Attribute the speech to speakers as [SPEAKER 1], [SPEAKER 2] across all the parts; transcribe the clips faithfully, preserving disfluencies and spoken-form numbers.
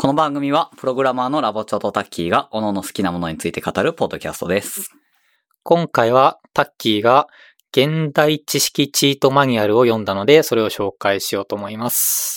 [SPEAKER 1] この番組はプログラマーのラボチョとタッキーが各々好きなものについて語るポッドキャストです。
[SPEAKER 2] 今回はタッキーが現代知識チートマニュアルを読んだので、それを紹介しようと思います。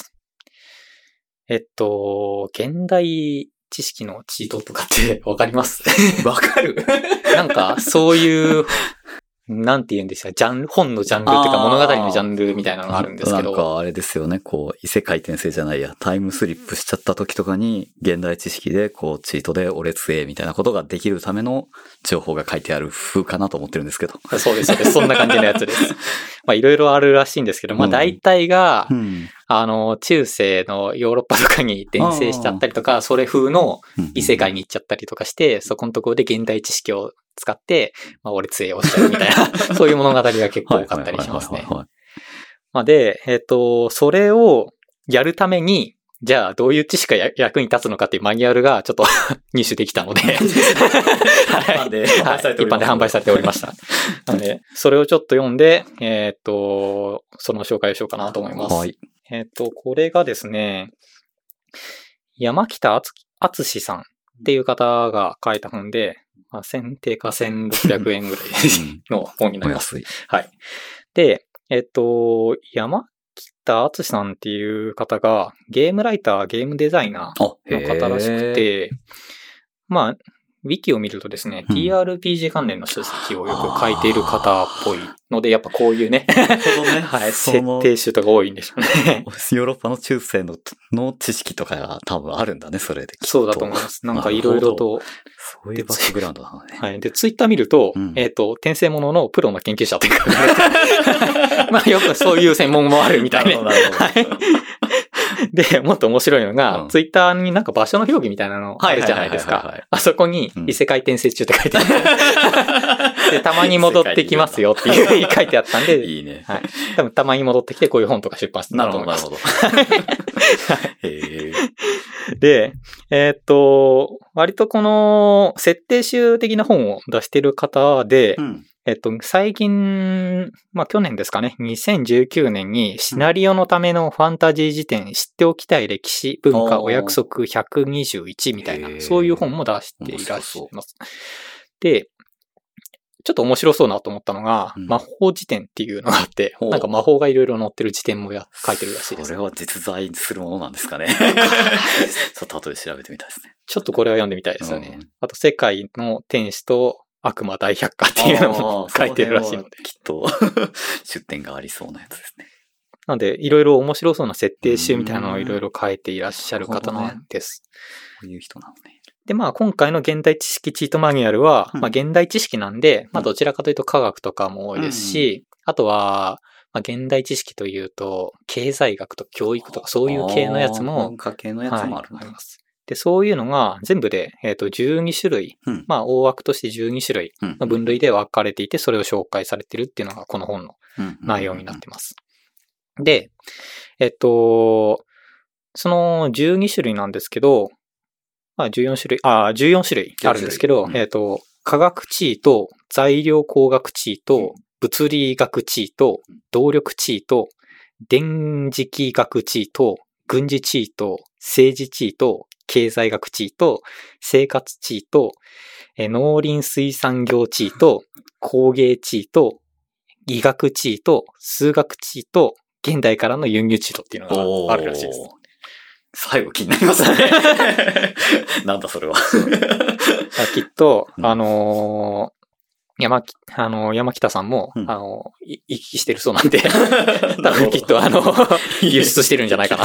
[SPEAKER 2] えっと、現代知識のチートとかってわかります？
[SPEAKER 1] わかる？
[SPEAKER 2] なんかそういうなんて言うんですか、ジャンル、本のジャンルっていうか物語のジャンルみたいなのがあるんですけど。
[SPEAKER 1] なんかあれですよね、こう異世界転生じゃないや、タイムスリップしちゃった時とかに現代知識でこうチートで俺強えみたいなことができるための情報が書いてある風かなと思ってるんですけど。
[SPEAKER 2] そうです、そうです。そんな感じのやつです。まあいろいろあるらしいんですけど、まあ大体が、うんうん、あの、中世のヨーロッパとかに転生しちゃったりとか、それ風の異世界に行っちゃったりとかして、そこのところで現代知識を使って、まあ、俺杖をしちゃうみたいな、そういう物語が結構多かったりしますね。まあで、えっと、それをやるために、じゃあどういう知識が役に立つのかっていうマニュアルがちょっと入手できたので、一般で販売されておりました。なので、それをちょっと読んで、えっと、その紹介をしようかなと思います。はい、えっと、これがですね、山北敦史さんっていう方が書いた本で、まあ、定価せんろっぴゃくえんぐらいの本になります。はい。で、えっと、山北敦さんっていう方がゲームライター、ゲームデザイナーの方らしくて、まあ、ウィキを見るとですね、うん、ティーアールピージー 関連の書籍をよく書いている方っぽいので、やっぱこういうね、なるほどねはい、設定集とか多いんでしょうね。
[SPEAKER 1] ヨーロッパの中世のの知識とかが多分あるんだね、それで。
[SPEAKER 2] そうだと思います。なんかいろいろと。
[SPEAKER 1] そういうバックグラウンドなのね。
[SPEAKER 2] はい。で、ツイッター見ると、うん、えっと、転生もののプロの研究者って書かれてまあよくそういう専門もあるみたいな。なるほど。はい。で、もっと面白いのが、うん、ツイッターになんか場所の表記みたいなのあるじゃないですか。あそこに異世界転生中って書いてある。うん、で、たまに戻ってきますよっていう書いてあったんで、
[SPEAKER 1] いいね。
[SPEAKER 2] はい。多分たまに戻ってきてこういう本とか出版して
[SPEAKER 1] たと思います。なるほど、なるほど。へ
[SPEAKER 2] で、えー、っと、割とこの設定集的な本を出している方で、うんえっと、最近、まあ去年ですかね、にせんじゅうきゅうねんにシナリオのためのファンタジー辞典、知っておきたい歴史、文化、お約束ひゃくにじゅういちみたいな、そういう本も出していらっしゃいます。で、ちょっと面白そうなと思ったのが、うん、魔法辞典っていうのがあって、なんか魔法がいろいろ載ってる辞典もや書いてるらしいです。
[SPEAKER 1] それは実在するものなんですかね。ちょっと後で調べてみたいですね。
[SPEAKER 2] ちょっとこれは読んでみたいですよね。うん、あと、世界の天使と悪魔大百科っていうのも書いてるらしいので。
[SPEAKER 1] きっと出典がありそうなやつですね。
[SPEAKER 2] なので、いろいろ面白そうな設定集みたいなのをいろいろ書いていらっしゃる方なんです。
[SPEAKER 1] こういう人なのね。
[SPEAKER 2] で、まあ今回の現代知識チートマニュアルは、うん、まあ現代知識なんで、まあどちらかというと科学とかも多いですし、うん、あとは、まあ現代知識というと、経済学とか教育とかそういう系のやつも、
[SPEAKER 1] 文化系のやつもある、
[SPEAKER 2] はい、あります。で、そういうのが全部で、えっと、じゅうに種類、うん、まあ大枠としてじゅうに種類の分類で分かれていて、それを紹介されているっていうのがこの本の内容になってます。で、えっと、そのじゅうに種類なんですけど、まあじゅうよん種類、あ、じゅうよん種類あるんですけど、うん、えっと、科学地位と材料工学地位と物理学地位と動力地位と電磁気学地位と軍事地位と政治地位と経済学地位と生活地位と農林水産業地位と工芸地位と医学地位と数学地位と現代からの輸入地位っていうのがあるらしいです。
[SPEAKER 1] 最後気になりますね。なんだそれは。
[SPEAKER 2] きっと、うん、あのー、山、あのー、山北さんも、うん、あのー、行き来してるそうなんで、多分きっとあの、輸出してるんじゃないかな。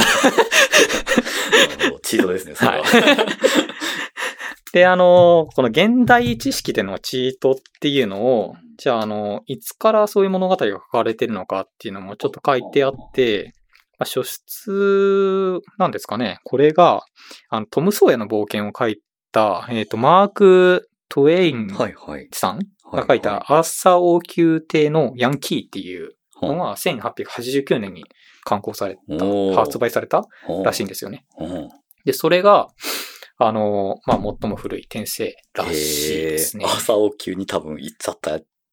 [SPEAKER 1] チートですね、それは。
[SPEAKER 2] はい。で、あのー、この現代知識でのチートっていうのを、じゃあ、あの、いつからそういう物語が書かれてるのかっていうのもちょっと書いてあって、書出なんですかね。これが、あの、トム・ソーヤの冒険を書いた、えっと、マーク・トウェインさんが書いた、アーサー王宮邸のヤンキーっていうのがせんはっぴゃくはちじゅうきゅうねんに刊行された、発売されたらしいんですよね。で、それが、あの、まあ、最も古い転生らしいですね。
[SPEAKER 1] アーサー王宮に多分行っちゃったっ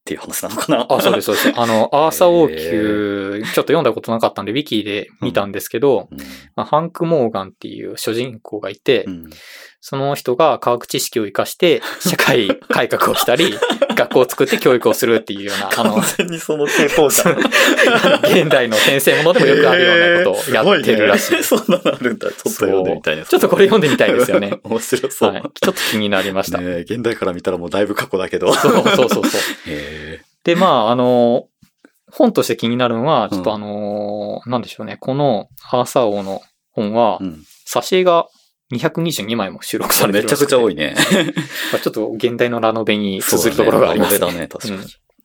[SPEAKER 1] っていう話なのかな。
[SPEAKER 2] あ、そうです、そうです。あの、アーサー王宮、ちょっと読んだことなかったんで、ウィキで見たんですけど、
[SPEAKER 1] うん
[SPEAKER 2] まあ、ハンク・モーガンっていう主人公がいて、
[SPEAKER 1] うん、
[SPEAKER 2] その人が科学知識を生かして社会改革をしたり、学校を作って教育をするっていうような、あの、
[SPEAKER 1] 完全にその傾向じゃん。
[SPEAKER 2] 現代の先生ものでもよくあるようなことをやってるらしい。
[SPEAKER 1] えー、すごいね、そんなのあるんだ。ちょっと読んでみたいな。
[SPEAKER 2] ちょっとこれ読んでみたいですよね。
[SPEAKER 1] 面白そう、
[SPEAKER 2] はい。ちょっと気になりました。
[SPEAKER 1] ね、現代から見たらもうだいぶ過去だけど。
[SPEAKER 2] そうそうそうそう。
[SPEAKER 1] へ
[SPEAKER 2] で、まあ、あの、本として気になるのは、ちょっとあの、うん、なんでしょうね。このアーサー王の本は、うん、挿絵がにひゃくにじゅうにまいも収録されてる
[SPEAKER 1] めちゃくちゃ多いね。
[SPEAKER 2] ちょっと現代のラノベに通ずるところがありますね。
[SPEAKER 1] そうだね、ラノベだね、確かに。うん、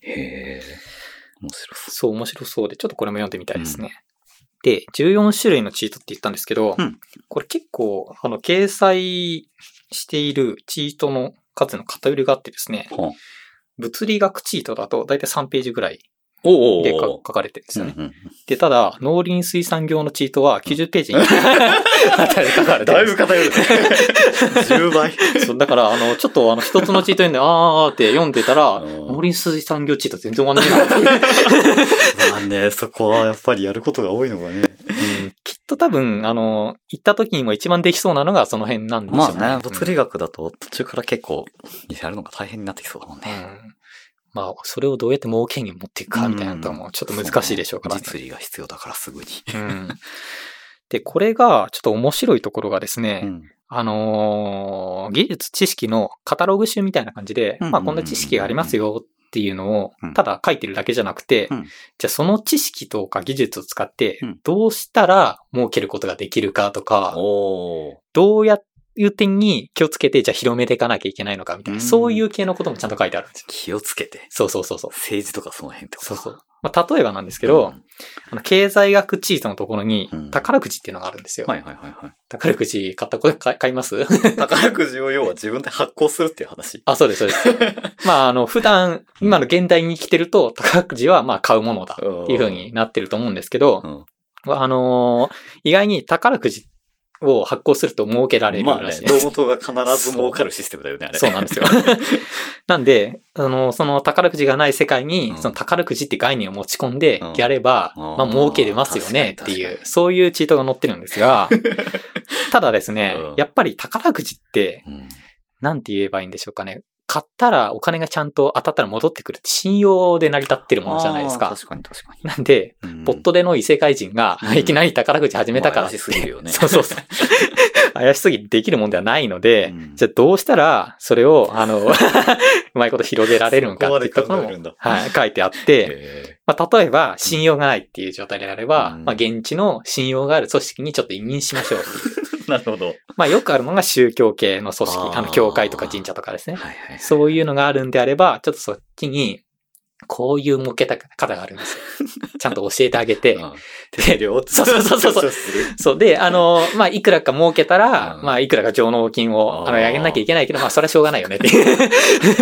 [SPEAKER 1] へー。面白そう。
[SPEAKER 2] そう、面白そうで、ちょっとこれも読んでみたいですね。うん、で、じゅうよんしゅるいのチートって言ったんですけど、うん、これ結構、あの、掲載しているチートの数の偏りがあってですね、はあ、物理学チートだとだいたいさんページぐらいで書かれてるんですよね。うんうん、で、ただ、農林水産業のチートはきゅうじゅうページに書かれてる。
[SPEAKER 1] だいぶ偏るね。じゅうばい。
[SPEAKER 2] そう、だから、あの、ちょっとあの、一つのチート読んで、あーって読んでたら、農林水産業チート全然終わんないなっていう。
[SPEAKER 1] まあね、そこはやっぱりやることが多いのがね。
[SPEAKER 2] うん、きっと多分、あの、行った時にも一番できそうなのがその辺なんでしょうね。
[SPEAKER 1] まあね、物理学だと途中から結構、やるのが大変になってきそうだもんね。
[SPEAKER 2] うんまあ、それをどうやって儲けに持っていくかみたいなのともちょっと難しいでしょうからね。
[SPEAKER 1] 実利が必要だからすぐに。
[SPEAKER 2] うん。で、これがちょっと面白いところがですね、うん、あのー、技術知識のカタログ集みたいな感じで、まあこんな知識がありますよっていうのをただ書いてるだけじゃなくて、うん、じゃあその知識とか技術を使ってどうしたら儲けることができるかとか、うん、どうやっていう点に気をつけて、じゃあ広めていかなきゃいけないのかみたいな、そういう系のこともちゃんと書いてあるんですよ。
[SPEAKER 1] 気をつけて。
[SPEAKER 2] そうそうそうそう。
[SPEAKER 1] 政治とかその辺ってこと
[SPEAKER 2] そうそう。まあ、例えばなんですけど、うん、あの経済学チートのところに宝くじっていうのがあるんですよ。
[SPEAKER 1] うん、はいはいはいはい。
[SPEAKER 2] 宝くじ買ったこと買います
[SPEAKER 1] 宝くじを要は自分で発行するっていう話。
[SPEAKER 2] あ、そうですそうです。まああの普段今の現代に生きてると宝くじはまあ買うものだっていう風になってると思うんですけど、うん、あのー、意外に宝くじを発行すると儲けられるらしいです。
[SPEAKER 1] まあね、胴元が必ず儲かるシステムだよね、あれ。
[SPEAKER 2] そうなんですよ。なんで、あの、その宝くじがない世界に、うん、その宝くじって概念を持ち込んでやれば、うん、まあ儲けれますよねっていう、そういうチートが載ってるんですが、ただですね、うん、やっぱり宝くじって、うん、なんて言えばいいんでしょうかね。買ったらお金がちゃんと当たったら戻ってくるって信用で成り立ってるものじゃないですか。
[SPEAKER 1] 確かに確かに。
[SPEAKER 2] なんで、うん、ポットでの異世界人がいきなり宝くじ始めたからって、
[SPEAKER 1] 怪しすぎるよね。
[SPEAKER 2] そうそうそう。怪しすぎてできるもんではないので、うん、じゃあどうしたらそれを、あの、うまいこと広げられるのかっていったところも、はい、書いてあって、まあ、例えば信用がないっていう状態であれば、うん、まあ、現地の信用がある組織にちょっと委任しましょうっていう。
[SPEAKER 1] なるほど。
[SPEAKER 2] まあよくあるのが宗教系の組織、あの教会とか神社とかですね、はいはいはい。そういうのがあるんであれば、ちょっとそっちに、こういう儲けた方があるんですよ。ちゃんと教えてあげて。
[SPEAKER 1] 手料
[SPEAKER 2] そうそうそうそう。そうで、あの、まあいくらか儲けたら、まあいくらか上納金をあの上げなきゃいけないけど、まあそれはしょうがないよねっていう。面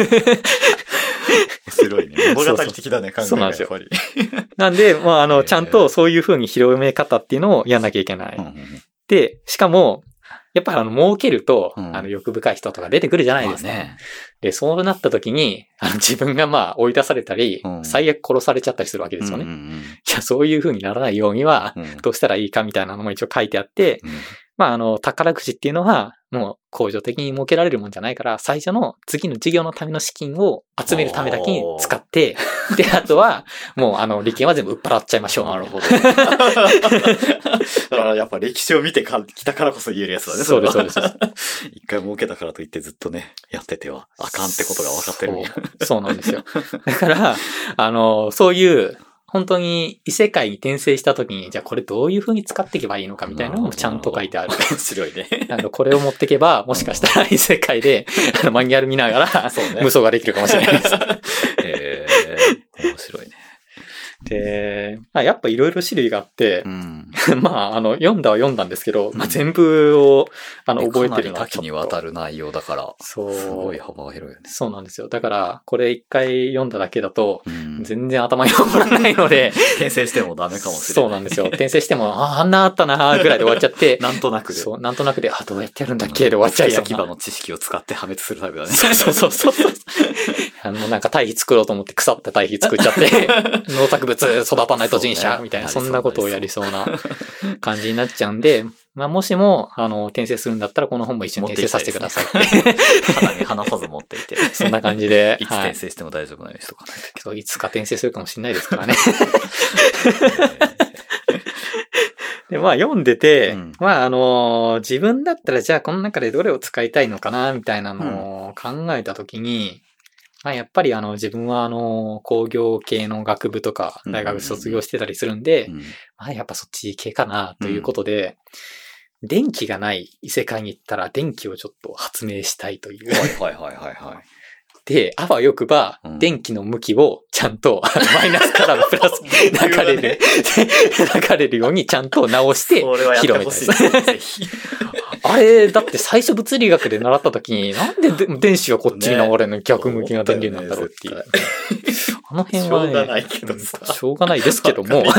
[SPEAKER 1] 白いね。物語的だね、考えが。
[SPEAKER 2] そうなんですよ。なんで、まああの、ちゃんとそういう風に広め方っていうのをやんなきゃいけない。で、しかも、やっぱりあの、儲けると、うん、あの、欲深い人とか出てくるじゃないですか。まあね、で、そうなった時に、あの、自分がまあ、追い出されたり、うん、最悪殺されちゃったりするわけですよね。うんうんうん、じゃあ、そういう風にならないようには、どうしたらいいかみたいなのも一応書いてあって、うん、まあ、あの、宝くじっていうのは、もう、恒常的に儲けられるもんじゃないから、最初の次の事業のための資金を集めるためだけに使って、で、あとは、もう、あの、利権は全部売っ払っちゃいましょう。
[SPEAKER 1] なるほど。だからやっぱ歴史を見てきたからこそ言えるやつだね。
[SPEAKER 2] そうです、そうです。
[SPEAKER 1] 一回儲けたからといってずっとね、やっててはあかんってことが分かってるんや。
[SPEAKER 2] そう、そうなんですよ。だから、あの、そういう、本当に異世界に転生した時に、じゃあこれどういう風に使っていけばいいのかみたいなのもちゃんと書いてある。
[SPEAKER 1] 面白いね。
[SPEAKER 2] あの、これを持っていけば、もしかしたら異世界で、あの、マニュアル見ながら、そうね、無双ができるかもしれないです。
[SPEAKER 1] えー、面白いね。
[SPEAKER 2] で、まあ、やっぱいろいろ種類があって、うん、 まあ、あの、読んだは読んだんですけど、まあ、全部を、あの、覚えてるのは
[SPEAKER 1] 多岐にわたる内容だから、そう。すごい幅が広いよね。
[SPEAKER 2] そうなんですよ。だから、これ一回読んだだけだと、うん、全然頭に残らないので、
[SPEAKER 1] 転生してもダメかもしれない。
[SPEAKER 2] そうなんですよ。転生しても、ああ、あんなあったなーぐらいで終わっちゃって、
[SPEAKER 1] なんとなくで。
[SPEAKER 2] そう、なんとなくで、あ、どうやってやるんだっけで終わっちゃいそうな。
[SPEAKER 1] 牙の知識を使って破滅するタイプだね。
[SPEAKER 2] そうそうそうそう。あの、なんか堆肥作ろうと思って腐った堆肥作っちゃって、農作物育たないと人者みたいな、そんなことをやりそうな感じになっちゃうんで、まあ、もしも、あの、転生するんだったら、この本も一緒に転生させてくださいって。
[SPEAKER 1] 肌に離さず持っていて。
[SPEAKER 2] そんな感じで。
[SPEAKER 1] いつ転生しても大丈夫なようにしとかないと。
[SPEAKER 2] そう、いつか転生するかもしれないですからね。で、まあ読んでて、うん、まああのー、自分だったらじゃあこの中でどれを使いたいのかなみたいなのを考えたときに、うん、まあやっぱりあの自分はあの工業系の学部とか大学卒業してたりするんで、うんうんうん、まあやっぱそっち系かなということで、うん、電気がない異世界に行ったら電気をちょっと発明したいという。
[SPEAKER 1] はいはいはいはいはい。
[SPEAKER 2] で、あわよくば、電気の向きをちゃんと、うん、マイナスからプラス流れる、流れるようにちゃんと直して広めたいです。あれ、だって最初物理学で習った時に、なんで電子がこっちに流れるのに逆向きが電流なんだろうっていう。ね、あの辺はね、
[SPEAKER 1] しょうがないけどさ。
[SPEAKER 2] しょうがないですけども。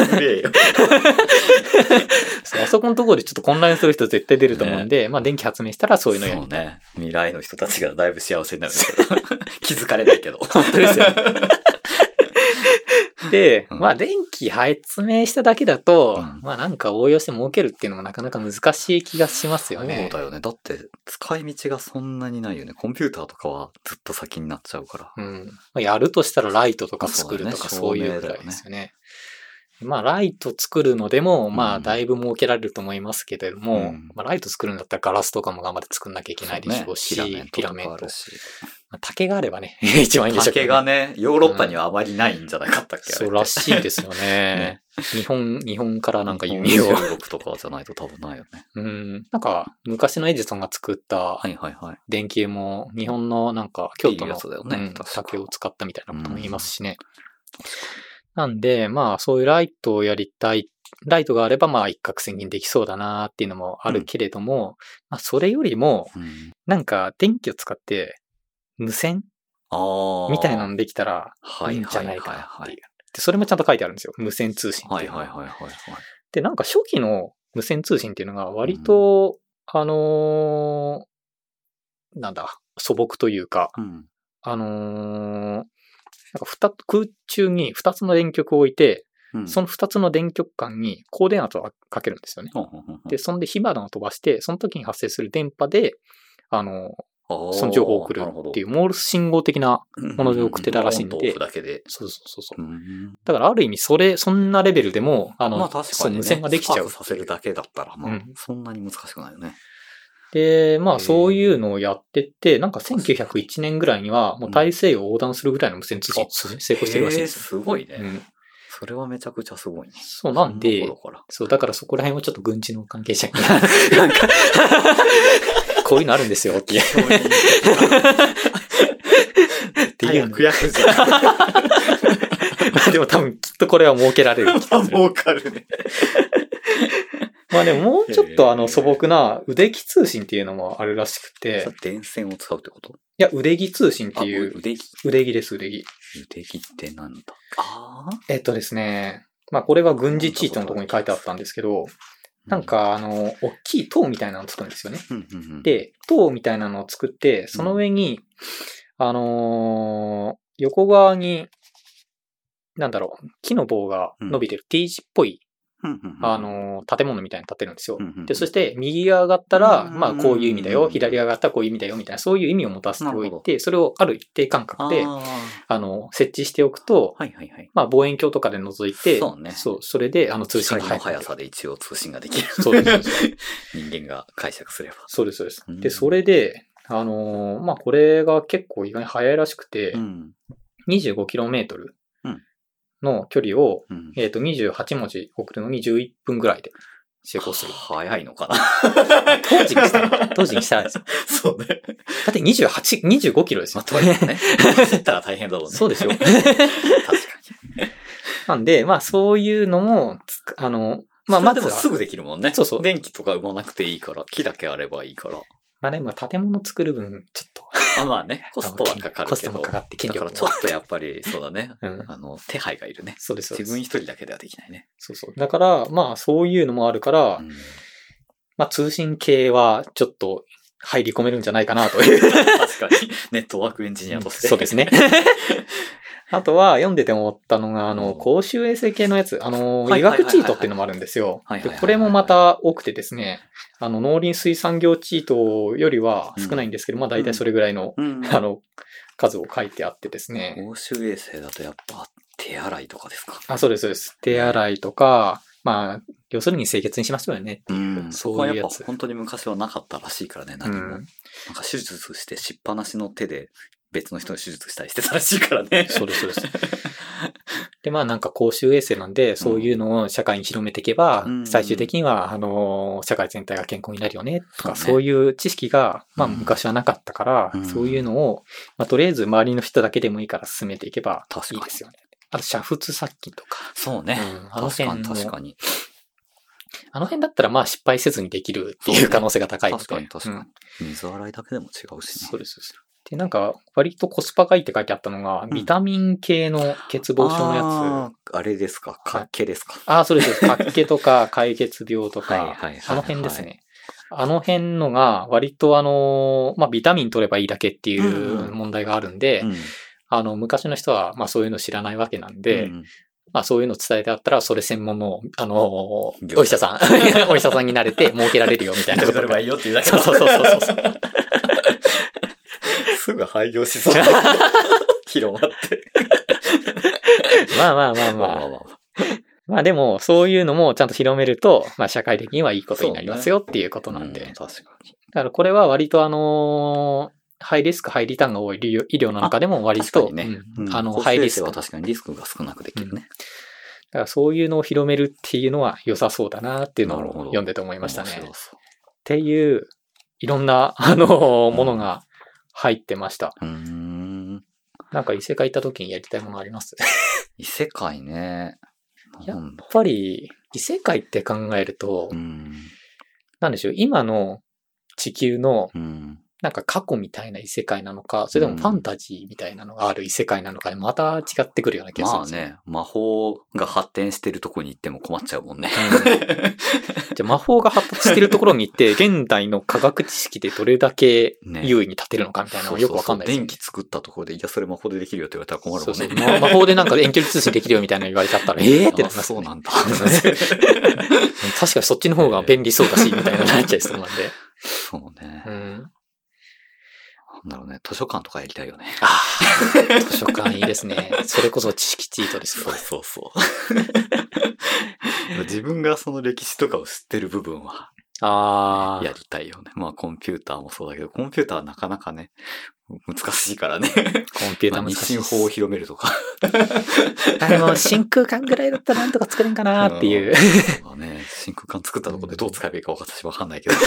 [SPEAKER 2] あそこのところでちょっと混乱する人絶対出ると思うんで、ね、まあ電気発明したらそういうのやる。
[SPEAKER 1] そうね。未来の人たちがだいぶ幸せになるんですけど。気づかれないけど。
[SPEAKER 2] 本当ですよね。で、まあ電気発明しただけだと、うん、まあなんか応用して儲けるっていうのもなかなか難しい気がしますよね。
[SPEAKER 1] そうだよね。だって使い道がそんなにないよね。コンピューターとかはずっと先になっちゃうから。
[SPEAKER 2] うん。まあ、やるとしたらライトとか作るとかそういうくらいですよね。まあライト作るのでも、まあだいぶ儲けられると思いますけれども、うん、まあライト作るんだったらガラスとかも頑張って作んなきゃいけないでしょうし、ね、ピラメント。竹があればね、一番いいんでしょうけど、ね。
[SPEAKER 1] 竹がね、ヨーロッパにはあまりないんじゃなかったっけ、
[SPEAKER 2] うん、そうらしいですよね。ね日本、日本からなんか輸入を。
[SPEAKER 1] 中国とかじゃないと多分ないよね。
[SPEAKER 2] うん。なんか、昔のエジソンが作った電球も、日本のなんか、京都の、ね、うん、竹を使ったみたいなことも言いますしね。うん、なんで、まあ、そういうライトをやりたい。ライトがあれば、まあ、一攫千金できそうだなっていうのもあるけれども、うん、まあ、それよりも、うん、なんか、電気を使って、無線みたいなのできたらいいんじゃないかなっていう。で、それもちゃんと書いてあるんですよ。無線通信っていうのは。はいはいはいはい、はい。で、なんか初期の無線通信っていうのが割と、うん、あのー、なんだ、素朴というか、うん、あのー、なんか二つ空中に二つの電極を置いて、うん、その二つの電極間に高電圧をかけるんですよね。うん、で、そんで火花を飛ばして、その時に発生する電波で、あのー、その情報を送るっていう、モールス信号的なもので送ってたらしいんで。
[SPEAKER 1] オンとオフだけで。
[SPEAKER 2] そうそうそう。だからある意味、それ、そんなレベルでも、あの、
[SPEAKER 1] まあ確かにね、
[SPEAKER 2] 無線ができちゃう。
[SPEAKER 1] させるだけだったら、まあ、うん、そんなに難しくないよね。
[SPEAKER 2] で、まあそういうのをやってって、なんかせんきゅうひゃくいちねんぐらいには、もう大西洋を横断するぐらいの無線通信成功してるらしいんですよ。
[SPEAKER 1] すごいね。うん、それはめちゃくちゃすごいね。
[SPEAKER 2] そうなんで、そう、だからそこら辺はちょっと軍事の関係者に、なんか、こういうのあるんですよっていう。っていう
[SPEAKER 1] の。役じゃん。
[SPEAKER 2] まあでも多分きっとこれは儲けられる気がする。
[SPEAKER 1] 儲かるね。
[SPEAKER 2] まあでももうちょっとあの素朴な腕木通信っていうのもあるらしくて。
[SPEAKER 1] 電線を使うってこと？
[SPEAKER 2] いや、腕木通信っていう。
[SPEAKER 1] 腕木？
[SPEAKER 2] 腕木です、腕木。
[SPEAKER 1] 腕木ってなんだ？
[SPEAKER 2] ああ。えっとですね。まあこれは軍事チートのところに書いてあったんですけど、なんか、あの、大きい塔みたいなのを作るんですよね。
[SPEAKER 1] うんうんうん、で、
[SPEAKER 2] 塔みたいなのを作って、その上に、うん、あのー、横側に、なんだろう、木の棒が伸びてる T 字っぽい、うんうんうん、あのー、建物みたいに建てるんですよ。うんうんうん、で、そして、右が上がったら、まあ、こういう意味だよ、左が上がったらこういう意味だよ、みたいな、そういう意味を持たせておいて、それをある一定間隔で、あの、設置しておくと、
[SPEAKER 1] はいはいはい、
[SPEAKER 2] まあ、望遠鏡とかで覗いて、
[SPEAKER 1] そうね。
[SPEAKER 2] そう、それで、あの、通信が
[SPEAKER 1] 入る。光の速さで一応通信ができる。
[SPEAKER 2] そうです。
[SPEAKER 1] 人間が解釈すれば。
[SPEAKER 2] そうです、そうです。で、それで、あのー、まあ、これが結構意外に速いらしくて、うん、にじゅうごキロメートルの距離を、うん、えっと、にじゅうはち文字送るのにじゅういっぷんぐらいで成功する。
[SPEAKER 1] 早いのかな
[SPEAKER 2] 当時にしたら、当時にしたらですよ。
[SPEAKER 1] そうね。
[SPEAKER 2] だってにじゅうはち、にじゅうごキロですよ。
[SPEAKER 1] まあ、とね。走ったら大変だろうね。
[SPEAKER 2] そうですよ。確
[SPEAKER 1] かに。
[SPEAKER 2] なんで、まあそういうのも、あの、
[SPEAKER 1] まあ、まずは。でもすぐできるもんね。
[SPEAKER 2] そうそう。
[SPEAKER 1] 電気とか生まなくていいから、木だけあればいいから。
[SPEAKER 2] まあね、まあ建物作る分、ちょっと。
[SPEAKER 1] あまあね、コストはかかるけど。
[SPEAKER 2] コストもかかって、
[SPEAKER 1] だからちょっとやっぱり、そうだね。うん、あの、手配がいるね。
[SPEAKER 2] そうです、そうです。
[SPEAKER 1] 自分一人だけではできないね。
[SPEAKER 2] そうそう。だから、まあそういうのもあるから、うん、まあ通信系はちょっと入り込めるんじゃないかなという。
[SPEAKER 1] 確かに。ネットワークエンジニアとして。
[SPEAKER 2] そうですね。あとは読んでて思ったのが、あの、公衆衛生系のやつ、あの、医学チートっていうのもあるんですよ。これもまた多くてですね、あの、農林水産業チートよりは少ないんですけど、うん、まあ大体それぐらいの、うん、あの、数を書いてあってですね。
[SPEAKER 1] 公衆衛生だとやっぱ手洗いとかですか？
[SPEAKER 2] あ、そうです、そうです。手洗いとか、まあ、要するに清潔にしましょうよねっていう。うん、
[SPEAKER 1] そういうやつ。本当に昔はなかったらしいからね、何も。うん、なんか手術してしっぱなしの手で、別の人の手術したりしてたらしいからね。
[SPEAKER 2] そうです、そうです。で、まあなんか公衆衛生なんで、そういうのを社会に広めていけば、うん、最終的には、あの、社会全体が健康になるよね、とか、そうね、そういう知識が、まあ昔はなかったから、うん、そういうのを、まあとりあえず周りの人だけでもいいから進めていけばいいですよね。あと、煮沸殺菌とか。
[SPEAKER 1] そうね。うん、あの辺確かに確かに。
[SPEAKER 2] あの辺だったらまあ失敗せずにできるっていう可能性が高いので。
[SPEAKER 1] 確かに確かに、うん。水洗いだけでも違うしね。
[SPEAKER 2] そうです。で、なんか、割とコスパがいいって書いてあったのが、ビタミン系の欠乏症のやつ。
[SPEAKER 1] あ, あれですか、活気ですか。
[SPEAKER 2] ああ、そうです。活気とか、解血病とか、はいはいはいはい、あの辺ですね。あの辺のが、割とあの、まあ、ビタミン取ればいいだけっていう問題があるんで、うんうん、あの、昔の人は、まあ、そういうの知らないわけなんで、うん、まあ、そういうの伝えてあったら、それ専門の、あの、お医者さん、お医者さんになれて、儲けられるよみたいなことが。
[SPEAKER 1] ればいいよっていうだけ
[SPEAKER 2] そうそうそうそうそう。
[SPEAKER 1] すぐ廃業しそう。広まって。
[SPEAKER 2] まあまあまあまあ。まあまあまあ。まあでも、そういうのもちゃんと広めると、まあ社会的にはいいことになりますよっていうことなんで。ね、うん、
[SPEAKER 1] 確かに。
[SPEAKER 2] だからこれは割とあのー、ハイリスク、ハイリターンが多い医療の中でも割と、
[SPEAKER 1] ね、
[SPEAKER 2] うん、あの、ハイリスク。
[SPEAKER 1] は確かにリスクが少なくできるね。うん、だ
[SPEAKER 2] からそういうのを広めるっていうのは良さそうだなっていうのを読んでて思いましたね。っていう、いろんな、あのー、ものが、入ってました。うーん。なんか異世界行った時にやりたいものあります
[SPEAKER 1] 異世界ね。
[SPEAKER 2] やっぱり異世界って考えると、うん、なんでしょう、今の地球の、うんなんか過去みたいな異世界なのか、それともファンタジーみたいなのがある異世界なのかでまた違ってくるような気がするんですよ。
[SPEAKER 1] まあね、魔法が発展してるところに行っても困っちゃうもんね。
[SPEAKER 2] うん、じゃあ魔法が発達してるところに行って、現代の科学知識でどれだけ優位に立てるのかみたいなのがよくわかんないですよね。
[SPEAKER 1] 電気作ったところで、いや、それ魔法でできるよって言われたら困るもんね。
[SPEAKER 2] そうそう、魔法でなんか遠距離通信できるよみたいなの言われちゃったら、ええってなりますね。
[SPEAKER 1] そうなんだ。
[SPEAKER 2] 確かにそっちの方が便利そうだし、みたいななっちゃいそうなんで。
[SPEAKER 1] そうね。うんなんだろうね、図書館とかやりたいよね。
[SPEAKER 2] ああ、図書館いいですね。それこそ知識チートですよ。
[SPEAKER 1] そうそうそう。自分がその歴史とかを知ってる部分は、ああ、やりたいよね。まあコンピューターもそうだけど、コンピューターはなかなかね、難しいからね。
[SPEAKER 2] コンピューター難しい。
[SPEAKER 1] 日進法を広めるとか。
[SPEAKER 2] あでも真空管ぐらいだったらなんとか作れんかなっていう。
[SPEAKER 1] そうだね。真空管作ったところでどう使えばいいか私わかんないけど。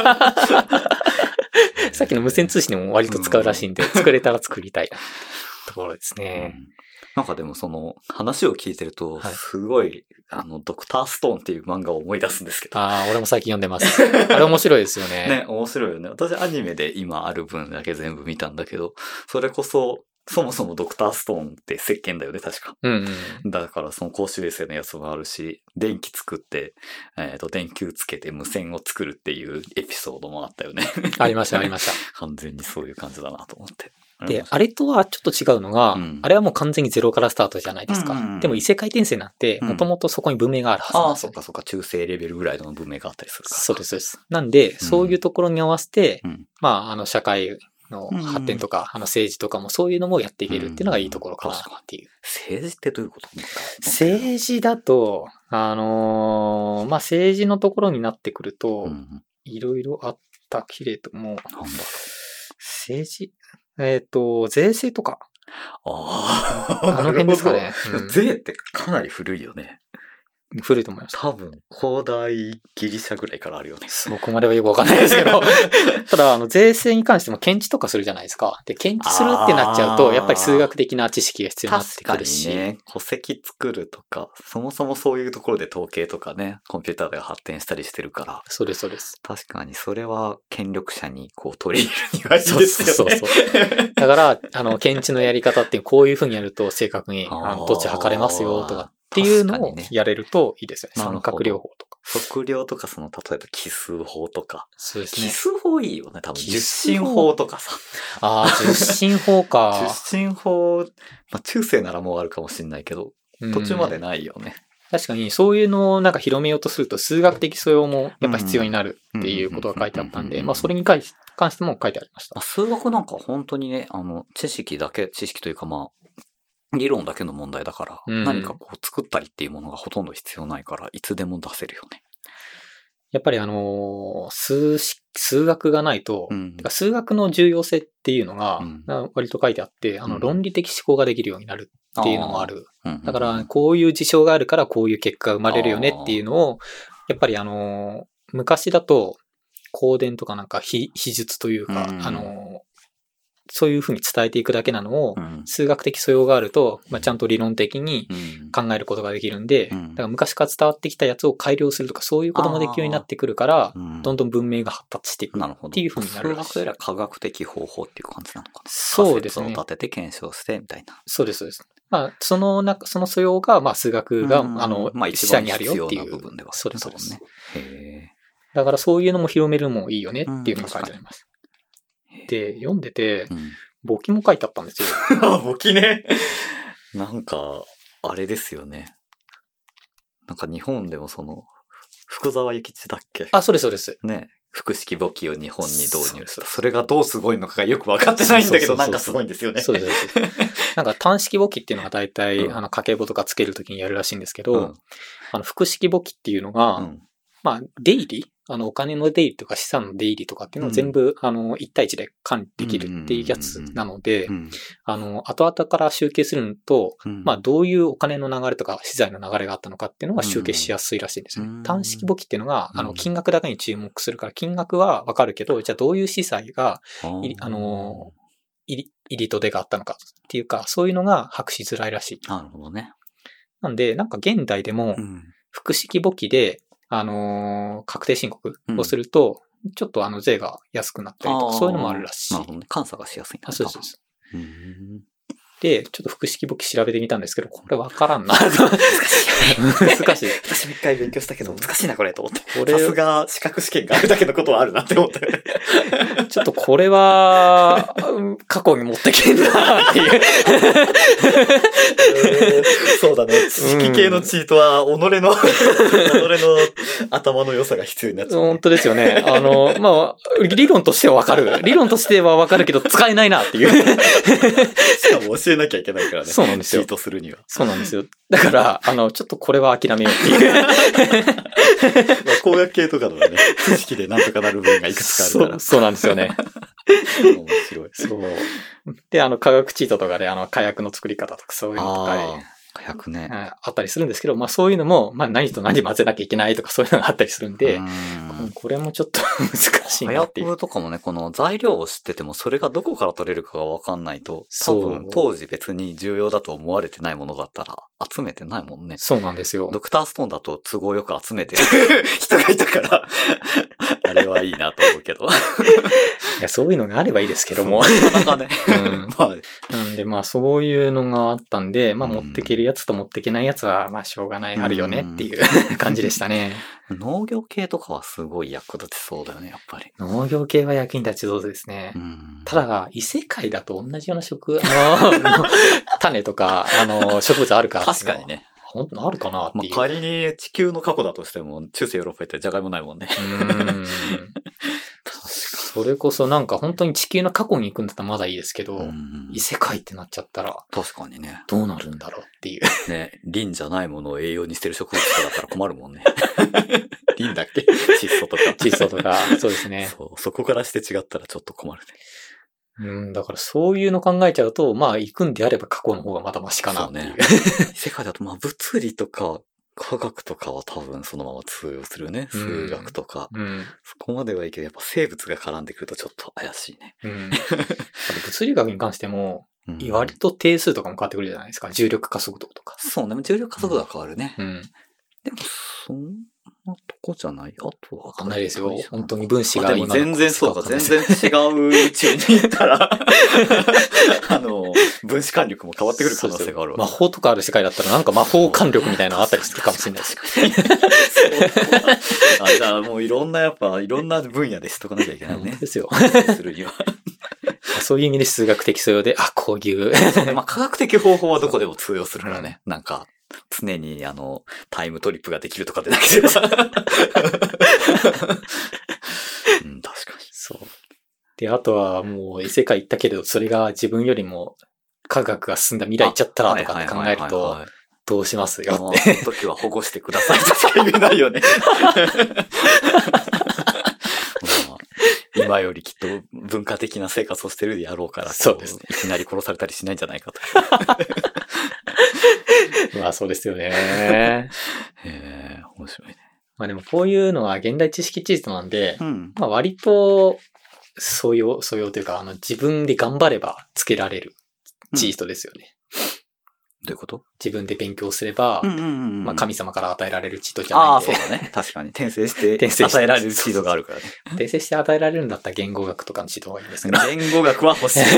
[SPEAKER 2] さっきの無線通信でも割と使うらしいんで、うん、作れたら作りたいなところですね、うん。
[SPEAKER 1] なんかでもその話を聞いてると、すごい、はい、あの、ドクターストーンっていう漫画を思い出すんですけど。
[SPEAKER 2] ああ、俺も最近読んでます。あれ面白いですよね。
[SPEAKER 1] ね、面白いよね。私アニメで今ある分だけ全部見たんだけど、それこそ、そもそもドクターストーンって石鹸だよね、確か。うんうん、だからその公衆衛生のやつもあるし、電気作って、えっと、電球つけて無線を作るっていうエピソードもあったよね。
[SPEAKER 2] ありました、ありました。
[SPEAKER 1] 完全にそういう感じだなと思って。
[SPEAKER 2] で、あれとはちょっと違うのが、うん、あれはもう完全にゼロからスタートじゃないですか。うんうんうん、でも異世界転生なんて、もともとそこに文明があるはずなんですよ、ね。
[SPEAKER 1] ああ、そっかそっか、中世レベルぐらいの文明があったりするから。
[SPEAKER 2] そうです、そうです。なんで、うん、そういうところに合わせて、うん、まあ、あの、社会、の発展とか、うん、あの政治とかもそういうのもやっていけるっていうのがいいところかなっていう。うん、
[SPEAKER 1] 政治ってどういうことなんだ？
[SPEAKER 2] 政治だと、あのー、まあ、政治のところになってくると、いろいろあったけれども、なんだろう。政治えっ、ー、と、税制とか。
[SPEAKER 1] ああ、
[SPEAKER 2] あの辺ですかね。
[SPEAKER 1] うん、税ってかなり古いよね。
[SPEAKER 2] 古いと思います。
[SPEAKER 1] 多分、古代ギリシャぐらいからあるよね。
[SPEAKER 2] そこまではよくわかんないですけど。ただ、あの、税制に関しても検知とかするじゃないですか。で、検知するってなっちゃうと、やっぱり数学的な知識が必要になってくるし。
[SPEAKER 1] 確かにね、戸籍作るとか、そもそもそういうところで統計とかね、コンピューターで発展したりしてるから。
[SPEAKER 2] そうです、そうです。
[SPEAKER 1] 確かに、それは権力者にこう取り入れるにはいいですよね。
[SPEAKER 2] そうそうそう。だから、あの、検知のやり方ってこういうふうにやると正確に、あの、どっち測れますよとかっていうのをやれるといいですよね。三角療法とか。
[SPEAKER 1] 測量とか、その、例えば奇数法とか。
[SPEAKER 2] そうですね。
[SPEAKER 1] 奇数法いいよね、多分。十進法とかさ。
[SPEAKER 2] ああ、十進法か。
[SPEAKER 1] 十進法、まあ、中世ならもうあるかもしれないけど、途中までないよね。
[SPEAKER 2] 確かに、そういうのをなんか広めようとすると、数学的素養もやっぱ必要になるっていうことが書いてあったんで、まあ、それに関しても書いてありました。
[SPEAKER 1] 数学なんか本当にね、あの、知識だけ、知識というかまあ、理論だけの問題だから、うん、何かこう作ったりっていうものがほとんど必要ないから、いつでも出せるよね。
[SPEAKER 2] やっぱりあのー、数、数学がないと、うん、数学の重要性っていうのが、割と書いてあって、うん、あの、論理的思考ができるようになるっていうのもある。あだから、こういう事象があるから、こういう結果が生まれるよねっていうのを、やっぱりあのー、昔だと、公伝とかなんか秘術というか、うん、あのー、そういうふうに伝えていくだけなのを、うん、数学的素養があると、まあ、ちゃんと理論的に考えることができるんで、うん、だから昔から伝わってきたやつを改良するとか、そういうこともできるようになってくるから、うん、どんどん文明が発達していくっていうふうになるらしい。
[SPEAKER 1] 数学よりは科学的方法っていう感じなのかな。
[SPEAKER 2] そうですね。
[SPEAKER 1] 仮説を立てて検証してみたいな。
[SPEAKER 2] そうです、そうです。まあ、そのな、その素養が、まあ、数学が、うん、あの、まあ、一番にあるよっていう。
[SPEAKER 1] 部分では
[SPEAKER 2] そうです、そうですね。
[SPEAKER 1] へ
[SPEAKER 2] だからそういうのも広めるのもいいよねっていうのが書いてあります。で、読んでて、うん簿記も書いてあったんですよ。
[SPEAKER 1] 簿記ね。なんか、あれですよね。なんか日本でもその、福沢諭吉だっけ
[SPEAKER 2] あ、そうです、そうです。
[SPEAKER 1] ね。複式簿記を日本に導入した。それがどうすごいのかがよく分かってないんだけど、なんかすごいんですよね。
[SPEAKER 2] そうです。なんか単式簿記っていうのが大体、うん、あの、家計簿とかつけるときにやるらしいんですけど、うん、あの、複式簿記っていうのが、うん、まあ、出入りあの、お金の出入りとか資産の出入りとかっていうのを全部、うん、あの、一対一で管理できるっていうやつなので、あの、後々から集計すると、うん、まあ、どういうお金の流れとか資材の流れがあったのかっていうのが集計しやすいらしいんですね。うん、単式簿記っていうのが、あの、金額だけに注目するから、金額はわかるけど、じゃあどういう資材が、あの、入り、入りと出があったのかっていうか、そういうのが把握しづらいらしい。
[SPEAKER 1] なるほどね。
[SPEAKER 2] なんで、なんか現代でも、複式簿記で、あのー、確定申告をすると、うん、ちょっとあの税が安くなったりとか、そういうのもあるらしい。
[SPEAKER 1] なるほどね。監査がしやすいんだね。
[SPEAKER 2] そうです。で、ちょっと複式簿記調べてみたんですけど、これわからんな。難しい。難しい。
[SPEAKER 1] 私も一回勉強したけど、難しいな、これ、と思って。これさすが資格試験があるだけのことはあるなって思って。
[SPEAKER 2] ちょっとこれは、過去に持ってけんなっていう。
[SPEAKER 1] そうだね。知識系のチートは、己の、己の頭の良さが必要になっちゃう、ね。
[SPEAKER 2] 本当ですよね。あの、まあ、理論としてはわかる。理論としてはわかるけど、使えないなっていう。
[SPEAKER 1] しかも教えなきゃいけないからね。
[SPEAKER 2] そうなんですよ。
[SPEAKER 1] チートするには。
[SPEAKER 2] そうなんですよ。だから、あの、ちょっとこれは諦めようっていう。まあ
[SPEAKER 1] 工学系とかのね、知識でなんとかなる部分がいくつかあるから。
[SPEAKER 2] そう、そうなんですよね。
[SPEAKER 1] 面白い。
[SPEAKER 2] そう。で、あの、科学チートとかで、あの、火薬の作り方とかそういうのとか、
[SPEAKER 1] 火薬ね、
[SPEAKER 2] あったりするんですけど、まあそういうのも、まあ何と何混ぜなきゃいけないとかそういうのがあったりするんで、うんこれもちょっと難しいなっていう。
[SPEAKER 1] 火薬とかもね、この材料を知っててもそれがどこから取れるかがわかんないと、多分当時別に重要だと思われてないものだったら集めてないもんね。
[SPEAKER 2] そうなんですよ。
[SPEAKER 1] ドクターストーンだと都合よく集めてる人がいたから、あれはいいなと思うけど。
[SPEAKER 2] いや、そういうのがあればいいですけども。
[SPEAKER 1] なかなかね。
[SPEAKER 2] うんまあ、なんでまあそういうのがあったんで、まあ持ってけるやつと持ってけないやつはまあしょうがない、あるよねっていう感じでしたね。
[SPEAKER 1] 農業系とかはすごい役立ちそうだよね、やっぱり。
[SPEAKER 2] 農業系は役に立ちそうですね。ただ、異世界だと同じような食、あの、種とか、あの、植物あるか
[SPEAKER 1] 確かにね。
[SPEAKER 2] 本当あるかなっていう。
[SPEAKER 1] まあ、仮に地球の過去だとしても、中世ヨーロッパ行ったらジャガイモないもんね。うん
[SPEAKER 2] それこそなんか本当に地球の過去に行くんだったらまだいいですけど、異世界ってなっちゃったら。
[SPEAKER 1] 確かにね。
[SPEAKER 2] どうなるんだろうっていう。
[SPEAKER 1] ね、リンじゃないものを栄養にしてる植物とかだったら困るもんね。リンだっけ窒素とか。
[SPEAKER 2] 窒素とか、そうですね。
[SPEAKER 1] そう、そこからして違ったらちょっと困るね。
[SPEAKER 2] うん、だからそういうの考えちゃうと、まあ行くんであれば過去の方がまだマシかなっていう。
[SPEAKER 1] そうね。異世界だとまあ物理とか科学とかは多分そのまま通用するね。数学とか。
[SPEAKER 2] うん。
[SPEAKER 1] そこまではいいけど、やっぱ生物が絡んでくるとちょっと怪しいね。
[SPEAKER 2] うん。あと物理学に関しても、うん、割と定数とかも変わってくるじゃないですか。重力加速度とか。
[SPEAKER 1] そうね。重力加速度は変わるね。
[SPEAKER 2] うん。うん、
[SPEAKER 1] でも、そんなとこじゃない。あとは。
[SPEAKER 2] わかんないですよ。本当に分子が
[SPEAKER 1] 今の。でも全然そうか。全然違う宇宙に行ったら、あの、分子間力も変わってくる可能性があるわ。
[SPEAKER 2] 魔法とかある世界だったらなんか魔法間力みたいなのあったりするかもしれないです。
[SPEAKER 1] あ、じゃあもういろんなやっぱ、いろんな分野で知っとかなきゃいけないね。
[SPEAKER 2] ですよ。
[SPEAKER 1] するには。
[SPEAKER 2] そういう意味で数学的素養で、あ、こういう。
[SPEAKER 1] まあ科学的方法はどこでも通用するからね。なんか、常にあの、タイムトリップができるとかでなければ。うん、確かに。
[SPEAKER 2] そう。で、あとはもう異世界行ったけど、それが自分よりも科学が進んだ未来行っちゃったらとかって考えると、どうしますよって。
[SPEAKER 1] その時は保護してくださいとしか言えないよね。今よりきっと文化的な生活をしてるでやろうから、
[SPEAKER 2] そうですね。
[SPEAKER 1] いきなり殺されたりしないんじゃないかと。
[SPEAKER 2] まあそうですよね。
[SPEAKER 1] へえ、面白いね。
[SPEAKER 2] まあでもこういうのは現代知識チートなんで、
[SPEAKER 1] うん、
[SPEAKER 2] まあ割と素養、素養というか、あの自分で頑張ればつけられるチートですよね。
[SPEAKER 1] どういうこと？
[SPEAKER 2] 自分で勉強すれば、
[SPEAKER 1] うんうんうんうん、まあ
[SPEAKER 2] 神様から与えられるチートじゃないんで。
[SPEAKER 1] ああ、そうだね。確かに。転生して与えられるチートがあるからね。
[SPEAKER 2] 転生して与えられるんだったら言語学とかのチートがいいんですけど。
[SPEAKER 1] 言語学は欲しい。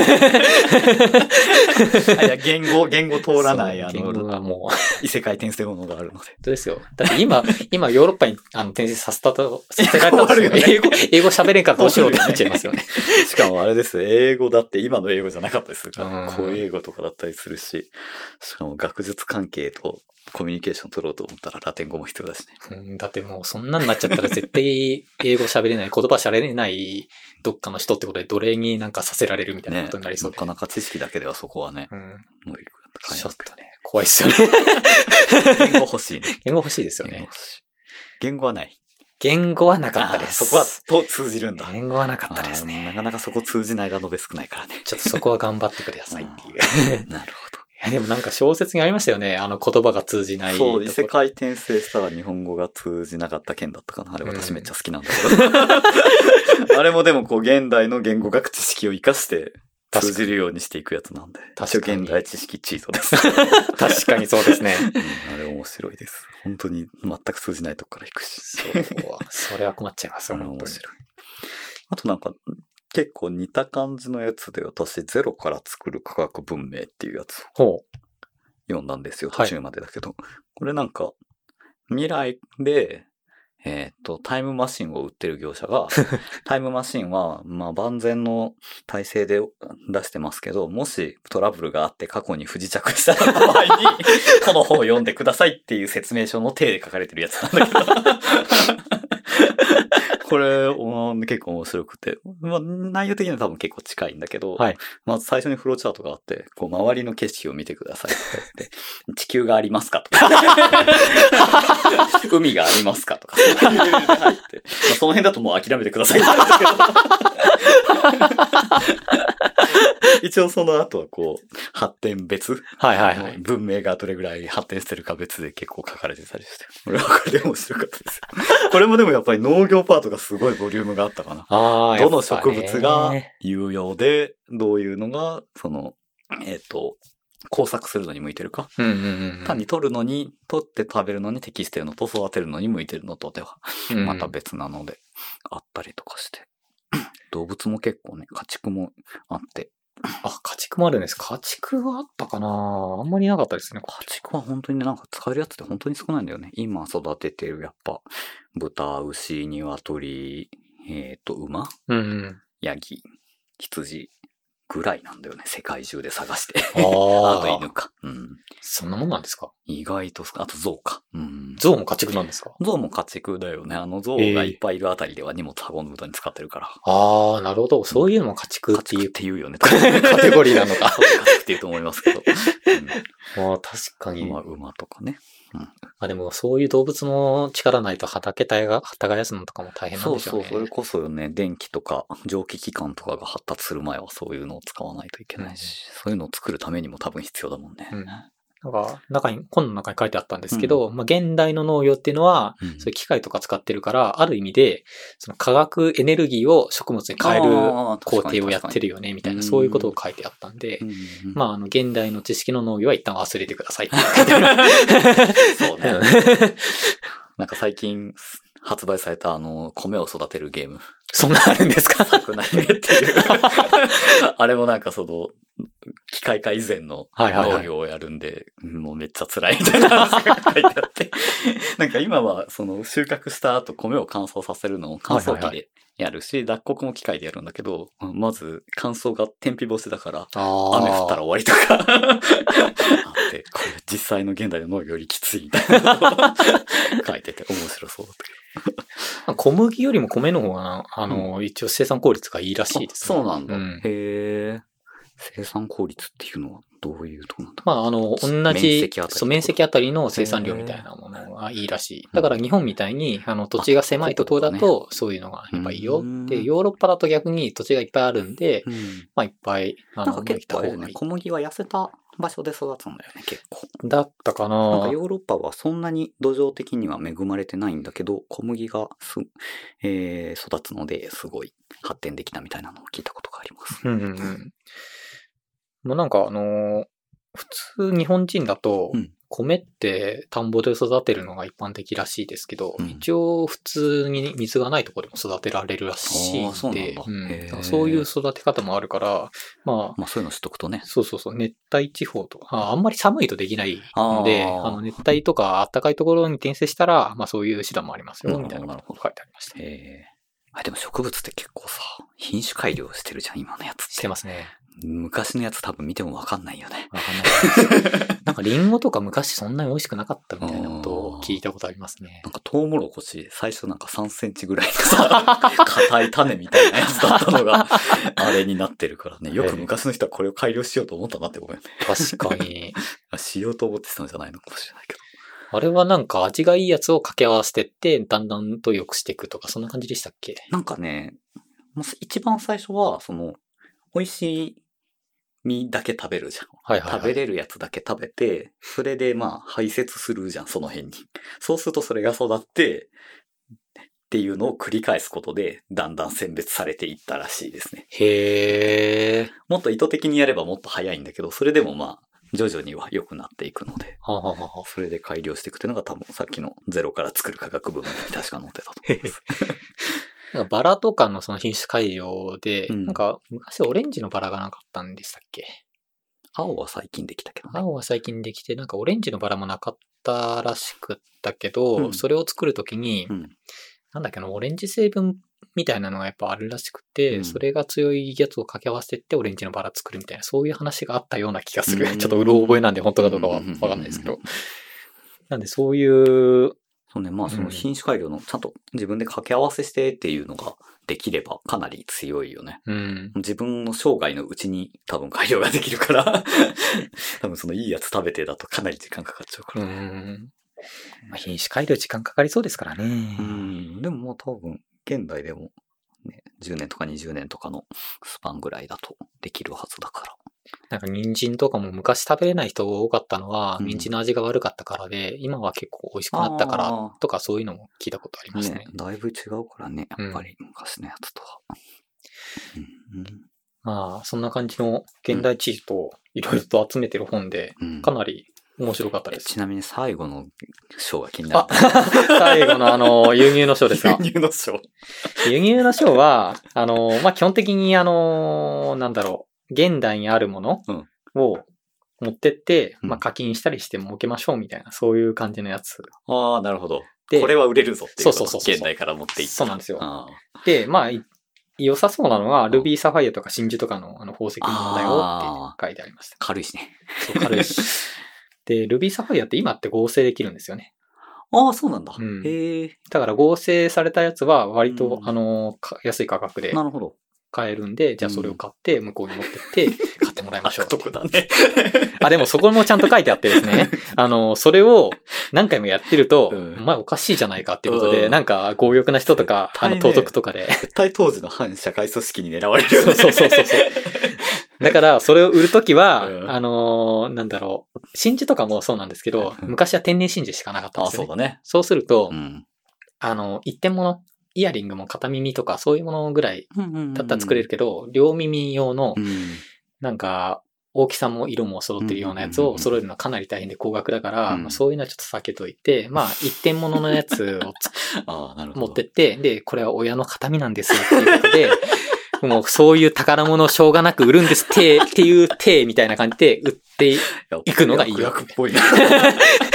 [SPEAKER 1] いや言語、言語通らない、あの、
[SPEAKER 2] 言語がも
[SPEAKER 1] う、異世界転生ものがあるので。
[SPEAKER 2] 本当ですよ。だって今、今ヨーロッパにあの転生させたと、させられたら、ね、英語、英語喋れんからどうしようってなっちゃいますよね。
[SPEAKER 1] しかもあれです。英語だって今の英語じゃなかったりするから、古英語とかだったりするし、しかも学術関係とコミュニケーション取ろうと思ったらラテン語も必要だしね。
[SPEAKER 2] うん、だってもうそんなんなっちゃったら絶対英語喋れない、言葉喋れないどっかの人ってことで奴隷になんかさせられるみたいなことになりそうで、
[SPEAKER 1] ね、なかなか知識だけではそこはね、
[SPEAKER 2] うん、
[SPEAKER 1] 無理か
[SPEAKER 2] ちょっとね、怖いっすよね。
[SPEAKER 1] 言語欲しいね。
[SPEAKER 2] 言語欲しいですよね。
[SPEAKER 1] 言語はない。
[SPEAKER 2] 言語はなかったです。
[SPEAKER 1] そこはと通じるんだ。
[SPEAKER 2] 言語はなかったですね。
[SPEAKER 1] なかなかそこ通じないがのべ少ないからね。
[SPEAKER 2] ちょっとそこは頑張ってくださいっていう。
[SPEAKER 1] なるほど。
[SPEAKER 2] いやでもなんか小説にありましたよね。あの言葉が通じない。
[SPEAKER 1] そう、異世界転生したら日本語が通じなかった件だったかな。あれ私めっちゃ好きなんだけど。あれもでもこう現代の言語学知識を活かして通じるようにしていくやつなんで。
[SPEAKER 2] 確かに。
[SPEAKER 1] 現代知識チートです。
[SPEAKER 2] 確かにそうですね、
[SPEAKER 1] うん。あれ面白いです。本当に全く通じないとこから行くし。
[SPEAKER 2] そう。それは困っちゃいますよ、
[SPEAKER 1] ね。面白い。あとなんか、結構似た感じのやつで私、ゼロから作る科学文明っていうやつを読んだんですよ。途中までだけど。はい、これなんか、未来で、えっと、タイムマシンを売ってる業者が、タイムマシンは、まあ、万全の体制で出してますけど、もしトラブルがあって過去に不時着した場合に、この本を読んでくださいっていう説明書の手で書かれてるやつなんだけど。これ、結構面白くて、まあ、内容的には多分結構近いんだけど、はい、まず最初にフローチャートがあって、こう周りの景色を見てくださいって言って、地球がありますかとか、海がありますかとか、入って、まあ、その辺だともう諦めてくださいって言うんだけど一応その後はこう、発展別、
[SPEAKER 2] はいはいはい、
[SPEAKER 1] 文明がどれぐらい発展してるか別で結構書かれてたりして、これはこれで面白かったですよ。これもでもやっぱり農業パートがすごいボリュームがあったかな。
[SPEAKER 2] あ
[SPEAKER 1] どの植物が有用で、どういうのが、その、えっと、工作するのに向いてるか。
[SPEAKER 2] うんうんうん、
[SPEAKER 1] 単に取るのに、取って食べるのに適してるのと育てるのに向いてるのとでは、また別なので、あったりとかして。動物も結構ね、家畜もあって。
[SPEAKER 2] あ、家畜もあるんです。家畜はあったかなあんまりなかったですね。
[SPEAKER 1] 家畜は本当にね、なんか使えるやつって本当に少ないんだよね。今育ててるやっぱ、豚、牛、鶏、えっと、馬、
[SPEAKER 2] うんうん、
[SPEAKER 1] ヤギ、羊ぐらいなんだよね。世界中で探して。
[SPEAKER 2] ああ
[SPEAKER 1] と犬か。うん。
[SPEAKER 2] そんなもんなんですか？
[SPEAKER 1] 意外と、あと象か。うん。
[SPEAKER 2] 象も家畜なんですか？
[SPEAKER 1] 象も家畜だよね。あの象がいっぱいいるあたりでは荷物運ぶのに使ってるから。
[SPEAKER 2] ああ、なるほど。そういうのも家畜っていう。
[SPEAKER 1] っていうよね。
[SPEAKER 2] カテゴリーなのか。
[SPEAKER 1] 家畜っていうと思いますけど。
[SPEAKER 2] うん、ああ、確かに。
[SPEAKER 1] まあ、馬とかね。うん、
[SPEAKER 2] あでもそういう動物の力ないと畑が耕すのとかも大変なんでしょうね。
[SPEAKER 1] そうそう、それこそよね、電気とか蒸気機関とかが発達する前はそういうのを使わないといけないし、うん、そういうのを作るためにも多分必要だもんね。
[SPEAKER 2] うん、 なんか、中に、本の中に書いてあったんですけど、うん、まあ、現代の農業っていうのは、うん、そういう機械とか使ってるから、ある意味で、その化学エネルギーを食物に変える工程をやってるよね、みたいな、そういうことを書いてあったんで、うんうん、まあ、あの、現代の知識の農業は一旦忘れてくださいって書いてある。
[SPEAKER 1] そうね。なんか最近発売されたあの、米を育てるゲーム。
[SPEAKER 2] そんなあるんですか？
[SPEAKER 1] 少ないねっていう。あれもなんかその、機械化以前の農業をやるんで、はいはいはい、もうめっちゃ辛いみたいな話が書いてあって。なんか今はその収穫した後米を乾燥させるのを乾燥機でやるし、はいはいはい、脱穀も機械でやるんだけど、まず乾燥が天日干しだから、雨降ったら終わりとかあって、これ実際の現代の農業よりきついみたいなことを書いてて面白そうだったけど。
[SPEAKER 2] 小麦よりも米の方が、あの、うん、一応生産効率がいいらしいです
[SPEAKER 1] ね。そうなんだ。うん、へえ。生産効率っていうのはどういうとこなんだ？
[SPEAKER 2] まあ、あの、同じ、そう、面積あたりの生産量みたいなものがいいらしい。だから日本みたいに、あの、土地が狭いところだと、そういうのがやっぱいいよ。で、ヨーロッパだと逆に土地がいっぱいあるんで、うん、まあ、いっぱい、あの、
[SPEAKER 1] なんか結構あれね、小麦は痩せた場所で育つんだよね、結構。
[SPEAKER 2] だったかな。
[SPEAKER 1] なんかヨーロッパはそんなに土壌的には恵まれてないんだけど、小麦がす、えー、育つのですごい発展できたみたいなのを聞いたことがあります。
[SPEAKER 2] うんうんうん。もうなんかあのー、普通日本人だと、米って田んぼで育てるのが一般的らしいですけど、うん、一応普通に水がないところでも育てられるらしいんで、そうなんだ、うん、そういう育て方もあるから、まあ、
[SPEAKER 1] まあそういうの知っとくとね。
[SPEAKER 2] そうそうそう、熱帯地方とか、あ, あんまり寒いとできないので、ああの熱帯とか暖かいところに転生したら、まあそういう手段もありますよ、みたいなことが書いてありました。
[SPEAKER 1] へあ、でも植物って結構さ、品種改良してるじゃん、今のやつって。
[SPEAKER 2] してますね。
[SPEAKER 1] 昔のやつ多分見てもわかんないよね。
[SPEAKER 2] わかんないです。なんかリンゴとか昔そんなに美味しくなかったみたいなことを聞いたことありますね。
[SPEAKER 1] なんかトウモロコシ、最初なんかさんセンチぐらいのさ、硬い種みたいなやつだったのが、あれになってるからね。よく昔の人はこれを改良しようと思ったなって思うよね。
[SPEAKER 2] 確かに。
[SPEAKER 1] しようと思ってたんじゃないのかもしれないけど。
[SPEAKER 2] あれはなんか味がいいやつを掛け合わせてって、だんだんと良くしていくとか、そんな感じでしたっけ？
[SPEAKER 1] なんかね、一番最初は、その、美味しい実だけ食べるじゃん。はいはいはい、食べれるやつだけ食べて、それでまあ排泄するじゃん、その辺に。そうするとそれが育って、っていうのを繰り返すことで、だんだん選別されていったらしいですね。
[SPEAKER 2] へー。
[SPEAKER 1] もっと意図的にやればもっと早いんだけど、それでもまあ、徐々には良くなっていくので、
[SPEAKER 2] ははは
[SPEAKER 1] それで改良していくっていうのが多分さっきのゼロから作る化学部分に確か載ってたと思います。
[SPEAKER 2] なんかバラとかのその品種改良で、うん、なんか昔オレンジのバラがなかったんでしたっけ？
[SPEAKER 1] 青は最近できたけどね。
[SPEAKER 2] 青は最近できて、なんかオレンジのバラもなかったらしくったけど、うん、それを作るときに、うん、なんだっけな、オレンジ成分みたいなのがやっぱあるらしくて、うん、それが強いやつを掛け合わせてってオレンジのバラ作るみたいな、そういう話があったような気がする。ちょっとうろ覚えなんで本当かどうかはわかんないですけど。なんでそういう、
[SPEAKER 1] そうね、まあその品種改良のちゃんと自分で掛け合わせしてっていうのができればかなり強いよね。
[SPEAKER 2] うん、
[SPEAKER 1] 自分の生涯のうちに多分改良ができるから、多分そのいいやつ食べてだとかなり時間かかっちゃうから。
[SPEAKER 2] うんまあ、品種改良時間かかりそうですからね。
[SPEAKER 1] うん、でももう多分現代でも、ね、じゅうねんとかにじゅうねんとかのスパンぐらいだとできるはずだから。
[SPEAKER 2] なんか人参とかも昔食べれない人が多かったのは、うん、人参の味が悪かったからで、今は結構美味しくなったからとかそういうのも聞いたことありますね。ね、
[SPEAKER 1] だいぶ違うからね、やっぱり昔のやつとは。
[SPEAKER 2] うんうん、まあそんな感じの現代地図といろいろと集めてる本で、うん、かなり面白かったです。
[SPEAKER 1] ちなみに最後の章が気になる。
[SPEAKER 2] 最後のあの、輸入の章ですか？
[SPEAKER 1] 輸入の章。
[SPEAKER 2] 輸入の章は、あの、まあ、基本的にあの、なんだろう、現代にあるものを持ってって、うん、まあ、課金したりして儲けましょうみたいな、そういう感じのやつ。
[SPEAKER 1] ああ、なるほど。で、これは売れるぞっていうこと。
[SPEAKER 2] そうそうそう。
[SPEAKER 1] 現代から持っていった。
[SPEAKER 2] そうなんですよ。で、まあ、良さそうなのは、ルビーサファイアとか真珠とかのあの宝石のものだよって書いてありました。
[SPEAKER 1] 軽いしね。
[SPEAKER 2] そう、軽いし。で、ルビーサファイアって今って合成できるんですよね。
[SPEAKER 1] ああ、そうなんだ。
[SPEAKER 2] うん、
[SPEAKER 1] へえ。
[SPEAKER 2] だから合成されたやつは割と、うん、あの、安い価格で。
[SPEAKER 1] なるほど。
[SPEAKER 2] 買えるんで、じゃあそれを買って向こうに持ってって買ってもらいましょう。
[SPEAKER 1] 得だね。
[SPEAKER 2] あ、でもそこもちゃんと書いてあってですね。あの、それを何回もやってると、うん、お前おかしいじゃないかっていうことで、うん、なんか強欲な人とか、ね、あの、盗賊とかで。
[SPEAKER 1] 絶対当時の反社会組織に狙われるよね。
[SPEAKER 2] そうそうそうそう。 だから、それを売るときは、うん、あのー、なんだろう、真珠とかもそうなんですけど、昔は天然真珠しかなかったんですよね。
[SPEAKER 1] あ、そうだね。
[SPEAKER 2] そうすると、うん、あの、一点物、イヤリングも片耳とかそういうものぐらいだったら作れるけど、両耳用の、なんか、大きさも色も揃ってるようなやつを揃えるのはかなり大変で高額だから、うんまあ、そういうのはちょっと避けといて、まあ、一点物のやつをあなるほど持ってって、で、これは親の形見なんですっていうことで、もうそういう宝物をしょうがなく売るんですって、っていう体みたいな感じで売っていくのがいいわけ。っぽいな。な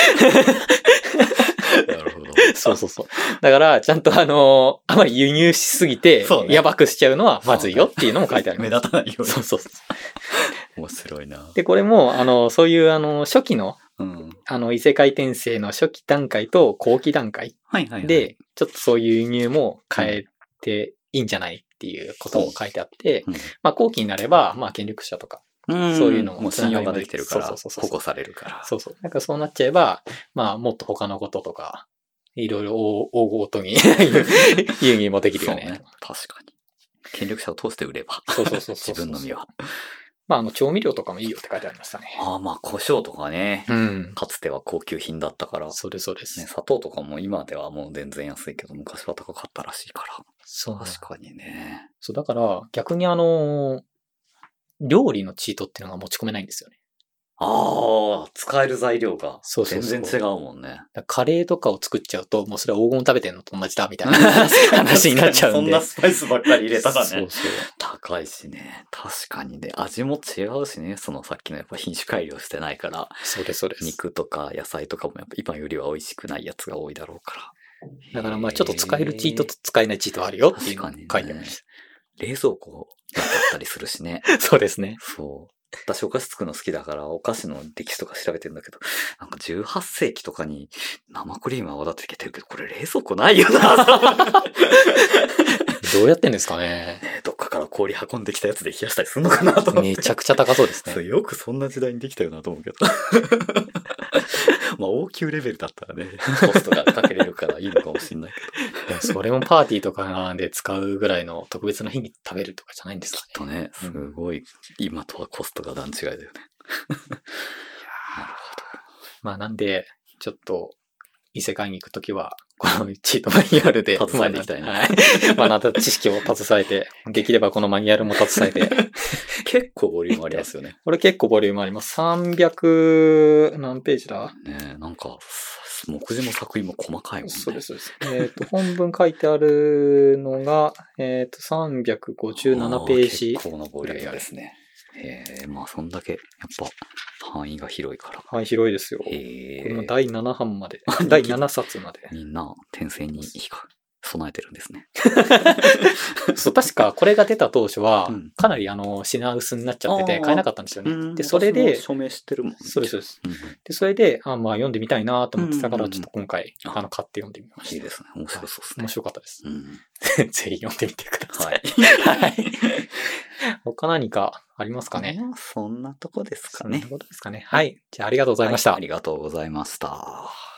[SPEAKER 2] るほど。そうそうそう。だから、ちゃんとあのー、あまり輸入しすぎて、やばくしちゃうのはまずいよっていうのも書いてある。
[SPEAKER 1] 目立たないように。
[SPEAKER 2] そうそうそう。
[SPEAKER 1] 面白いな。
[SPEAKER 2] で、これも、あの、そういう、あの、初期の、うん、あの、異世界転生の初期段階と後期段階で、はいはいはい、ちょっとそういう輸入も変えていいんじゃないっていうことも書いてあって、うん、まあ、後期になれば、まあ、権力者とか、うん、そういうのも、
[SPEAKER 1] もう信用ができてるから、保護されるから。
[SPEAKER 2] そうそう。なんかそうなっちゃえば、まあ、もっと他のこととか、いろいろ大ごとに輸入もできるよね。
[SPEAKER 1] ね確かに。権力者を通して売れば。そうそうそうそう。自分の身は。
[SPEAKER 2] まあ、あの、調味料とかもいいよって書いてありましたね。
[SPEAKER 1] ああ、まあ、胡椒とかね。うん。かつては高級品だったから。
[SPEAKER 2] そうです、そうです。
[SPEAKER 1] ね、砂糖とかも今ではもう全然安いけど、昔は高かったらしいから。
[SPEAKER 2] そう。
[SPEAKER 1] 確かにね。
[SPEAKER 2] そう、だから、逆にあの、料理のチートっていうのが持ち込めないんですよね。
[SPEAKER 1] ああ、使える材料が全然違うもんね。そうそう
[SPEAKER 2] そうカレーとかを作っちゃうと、もうそれは黄金食べてんのと同じだみたいな話になっちゃうんで。
[SPEAKER 1] そんなスパイスばっかり入れたらね。そうそう。高いしね。確かにね。味も違うしね。そのさっきのやっぱ品種改良してないから。
[SPEAKER 2] そうです、そうです。
[SPEAKER 1] 肉とか野菜とかもやっぱ今よりは美味しくないやつが多いだろうから。
[SPEAKER 2] だからまあちょっと使えるチートと使えないチートあるよっていうのを書いてありました。
[SPEAKER 1] 冷蔵庫だったりするしね。
[SPEAKER 2] そうですね。
[SPEAKER 1] そう。私お菓子作るの好きだからお菓子の歴史とか調べてるんだけど、なんかじゅうはっせいきとかに生クリーム泡立ててきてるけど、これ冷蔵庫ないよな。
[SPEAKER 2] どうやってんですかね。
[SPEAKER 1] どっかから氷運んできたやつで冷やしたりするのかなと思って。
[SPEAKER 2] めちゃくちゃ高そうですね。
[SPEAKER 1] よくそんな時代にできたよなと思うけど。まあ王宮レベルだったらね、コストがかけれるからいいのかもしれない
[SPEAKER 2] けど。それもパーティーとかで使うぐらいの特別な日に食べるとかじゃないんですかね。
[SPEAKER 1] きっとね、すごい、うん、今とはコストが段違いだよね。いやなるほど。
[SPEAKER 2] まあなんで、ちょっと異世界に行くときは、このチートマニュアルで、
[SPEAKER 1] 携えていきたいね。
[SPEAKER 2] はい。まあ、なん知識を携えて、できればこのマニュアルも携えて。
[SPEAKER 1] 結構ボリュームありますよね。
[SPEAKER 2] これ結構ボリュームあります。さんびゃく何ページだ
[SPEAKER 1] ねえ、なんか、目次も作品も細かいもんね。
[SPEAKER 2] そうです、そうです。えっと、本文書いてあるのが、えっと、さんびゃくごじゅうななページ。
[SPEAKER 1] 結構なボリュームですね。へえ、まあそんだけ、やっぱ範囲が広いから。
[SPEAKER 2] 範囲広いですよ。へえ。これもだいなな版まで。だいななさつまで。
[SPEAKER 1] みんな転生に備えてるんですね。
[SPEAKER 2] そう、確かこれが出た当初は、かなりあの、品薄になっちゃってて買えなかったんですよね。で、それで、
[SPEAKER 1] 署名してるもんね。
[SPEAKER 2] そうです、そうです。で、それで、あまあ読んでみたいなと思ってたから、ちょっと今回、あの、買って読んでみました。
[SPEAKER 1] いいですね。面白そうですね。
[SPEAKER 2] 面白かったです。ぜひ読んでみてください。はい。他何かありますかね。
[SPEAKER 1] そんなとこですかね。
[SPEAKER 2] そんなことですかね。はい。じゃあありがとうございました。
[SPEAKER 1] ありがとうございました。